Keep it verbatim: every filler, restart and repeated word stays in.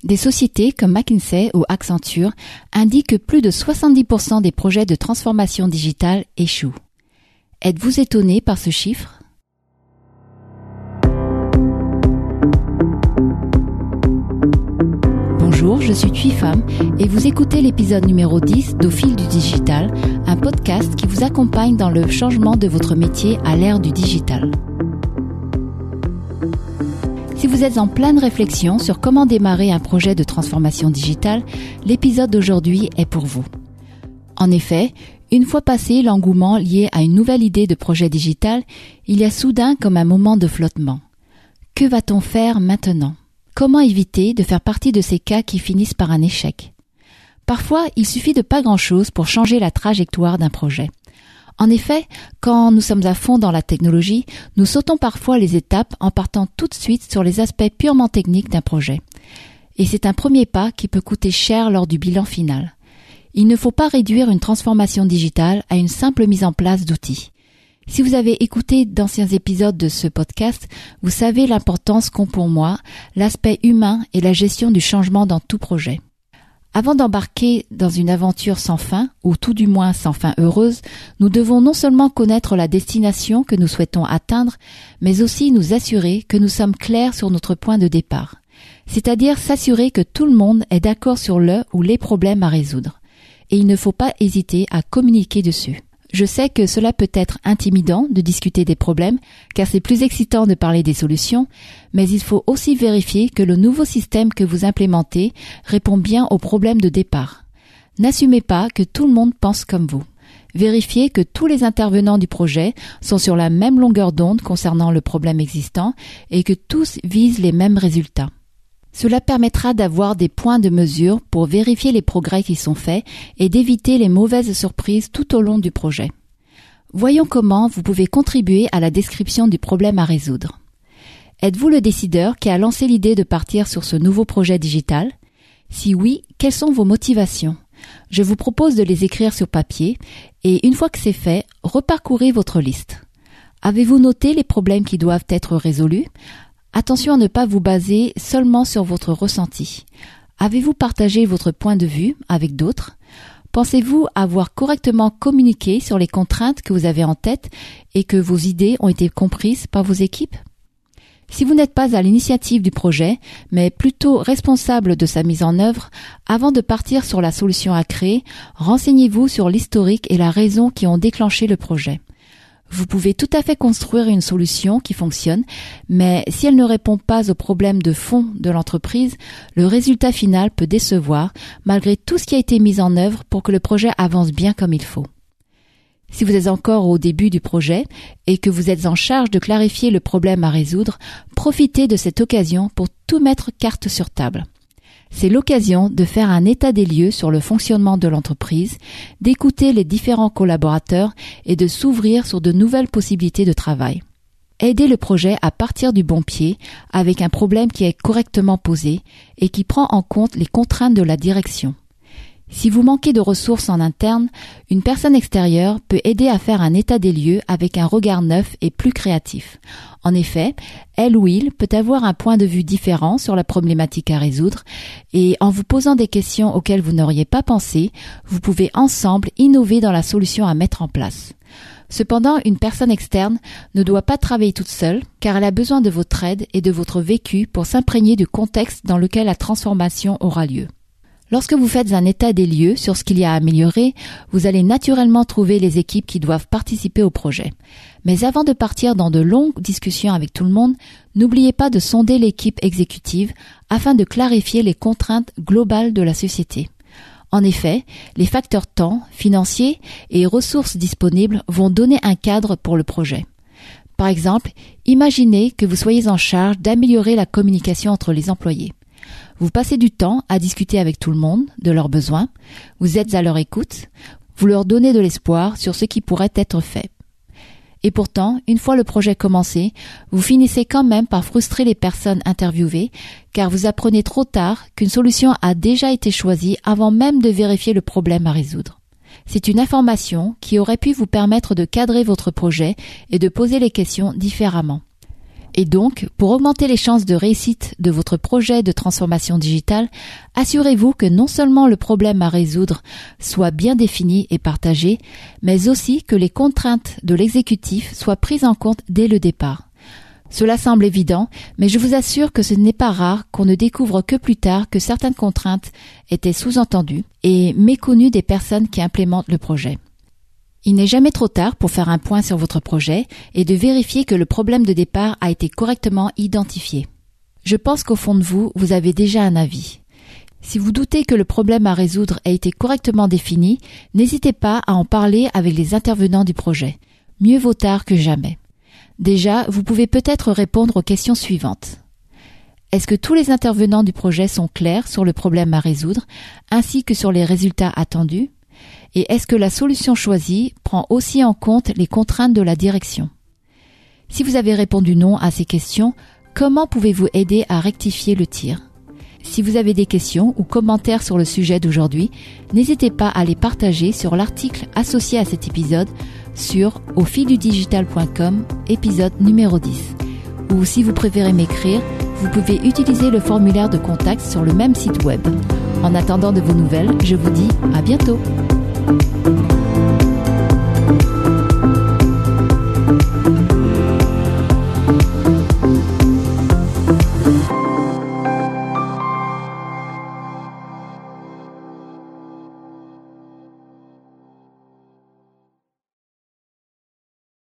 Des sociétés comme McKinsey ou Accenture indiquent que plus de soixante-dix pour cent des projets de transformation digitale échouent. Êtes-vous étonné par ce chiffre ? Bonjour, je suis Thuy Pham et vous écoutez l'épisode numéro dix d'Au fil du digital, un podcast qui vous accompagne dans le changement de votre métier à l'ère du digital. Si vous êtes en pleine réflexion sur comment démarrer un projet de transformation digitale, l'épisode d'aujourd'hui est pour vous. En effet, une fois passé l'engouement lié à une nouvelle idée de projet digital, il y a soudain comme un moment de flottement. Que va-t-on faire maintenant ? Comment éviter de faire partie de ces cas qui finissent par un échec ? Parfois, il suffit de pas grand-chose pour changer la trajectoire d'un projet. En effet, quand nous sommes à fond dans la technologie, nous sautons parfois les étapes en partant tout de suite sur les aspects purement techniques d'un projet. Et c'est un premier pas qui peut coûter cher lors du bilan final. Il ne faut pas réduire une transformation digitale à une simple mise en place d'outils. Si vous avez écouté d'anciens épisodes de ce podcast, vous savez l'importance qu'ont pour moi l'aspect humain et la gestion du changement dans tout projet. Avant d'embarquer dans une aventure sans fin, ou tout du moins sans fin heureuse, nous devons non seulement connaître la destination que nous souhaitons atteindre, mais aussi nous assurer que nous sommes clairs sur notre point de départ. C'est-à-dire s'assurer que tout le monde est d'accord sur le ou les problèmes à résoudre. Et il ne faut pas hésiter à communiquer dessus. Je sais que cela peut être intimidant de discuter des problèmes, car c'est plus excitant de parler des solutions, mais il faut aussi vérifier que le nouveau système que vous implémentez répond bien aux problèmes de départ. N'assumez pas que tout le monde pense comme vous. Vérifiez que tous les intervenants du projet sont sur la même longueur d'onde concernant le problème existant et que tous visent les mêmes résultats. Cela permettra d'avoir des points de mesure pour vérifier les progrès qui sont faits et d'éviter les mauvaises surprises tout au long du projet. Voyons comment vous pouvez contribuer à la description du problème à résoudre. Êtes-vous le décideur qui a lancé l'idée de partir sur ce nouveau projet digital ? Si oui, quelles sont vos motivations ? Je vous propose de les écrire sur papier et une fois que c'est fait, reparcourez votre liste. Avez-vous noté les problèmes qui doivent être résolus ? Attention à ne pas vous baser seulement sur votre ressenti. Avez-vous partagé votre point de vue avec d'autres ? Pensez-vous avoir correctement communiqué sur les contraintes que vous avez en tête et que vos idées ont été comprises par vos équipes ? Si vous n'êtes pas à l'initiative du projet, mais plutôt responsable de sa mise en œuvre, avant de partir sur la solution à créer, renseignez-vous sur l'historique et la raison qui ont déclenché le projet. Vous pouvez tout à fait construire une solution qui fonctionne, mais si elle ne répond pas aux problèmes de fond de l'entreprise, le résultat final peut décevoir malgré tout ce qui a été mis en œuvre pour que le projet avance bien comme il faut. Si vous êtes encore au début du projet et que vous êtes en charge de clarifier le problème à résoudre, profitez de cette occasion pour tout mettre carte sur table. C'est l'occasion de faire un état des lieux sur le fonctionnement de l'entreprise, d'écouter les différents collaborateurs et de s'ouvrir sur de nouvelles possibilités de travail. Aidez le projet à partir du bon pied avec un problème qui est correctement posé et qui prend en compte les contraintes de la direction. Si vous manquez de ressources en interne, une personne extérieure peut aider à faire un état des lieux avec un regard neuf et plus créatif. En effet, elle ou il peut avoir un point de vue différent sur la problématique à résoudre et en vous posant des questions auxquelles vous n'auriez pas pensé, vous pouvez ensemble innover dans la solution à mettre en place. Cependant, une personne externe ne doit pas travailler toute seule car elle a besoin de votre aide et de votre vécu pour s'imprégner du contexte dans lequel la transformation aura lieu. Lorsque vous faites un état des lieux sur ce qu'il y a à améliorer, vous allez naturellement trouver les équipes qui doivent participer au projet. Mais avant de partir dans de longues discussions avec tout le monde, n'oubliez pas de sonder l'équipe exécutive afin de clarifier les contraintes globales de la société. En effet, les facteurs temps, financiers et ressources disponibles vont donner un cadre pour le projet. Par exemple, imaginez que vous soyez en charge d'améliorer la communication entre les employés. Vous passez du temps à discuter avec tout le monde de leurs besoins, vous êtes à leur écoute, vous leur donnez de l'espoir sur ce qui pourrait être fait. Et pourtant, une fois le projet commencé, vous finissez quand même par frustrer les personnes interviewées car vous apprenez trop tard qu'une solution a déjà été choisie avant même de vérifier le problème à résoudre. C'est une information qui aurait pu vous permettre de cadrer votre projet et de poser les questions différemment. Et donc, pour augmenter les chances de réussite de votre projet de transformation digitale, assurez-vous que non seulement le problème à résoudre soit bien défini et partagé, mais aussi que les contraintes de l'exécutif soient prises en compte dès le départ. Cela semble évident, mais je vous assure que ce n'est pas rare qu'on ne découvre que plus tard que certaines contraintes étaient sous-entendues et méconnues des personnes qui implémentent le projet. Il n'est jamais trop tard pour faire un point sur votre projet et de vérifier que le problème de départ a été correctement identifié. Je pense qu'au fond de vous, vous avez déjà un avis. Si vous doutez que le problème à résoudre a été correctement défini, n'hésitez pas à en parler avec les intervenants du projet. Mieux vaut tard que jamais. Déjà, vous pouvez peut-être répondre aux questions suivantes. Est-ce que tous les intervenants du projet sont clairs sur le problème à résoudre, ainsi que sur les résultats attendus? Et est-ce que la solution choisie prend aussi en compte les contraintes de la direction? Si vous avez répondu non à ces questions, comment pouvez-vous aider à rectifier le tir? Si vous avez des questions ou commentaires sur le sujet d'aujourd'hui, n'hésitez pas à les partager sur l'article associé à cet épisode sur au fil du digital point com, épisode numéro dix. Ou si vous préférez m'écrire, vous pouvez utiliser le formulaire de contact sur le même site web. En attendant de vos nouvelles, je vous dis à bientôt.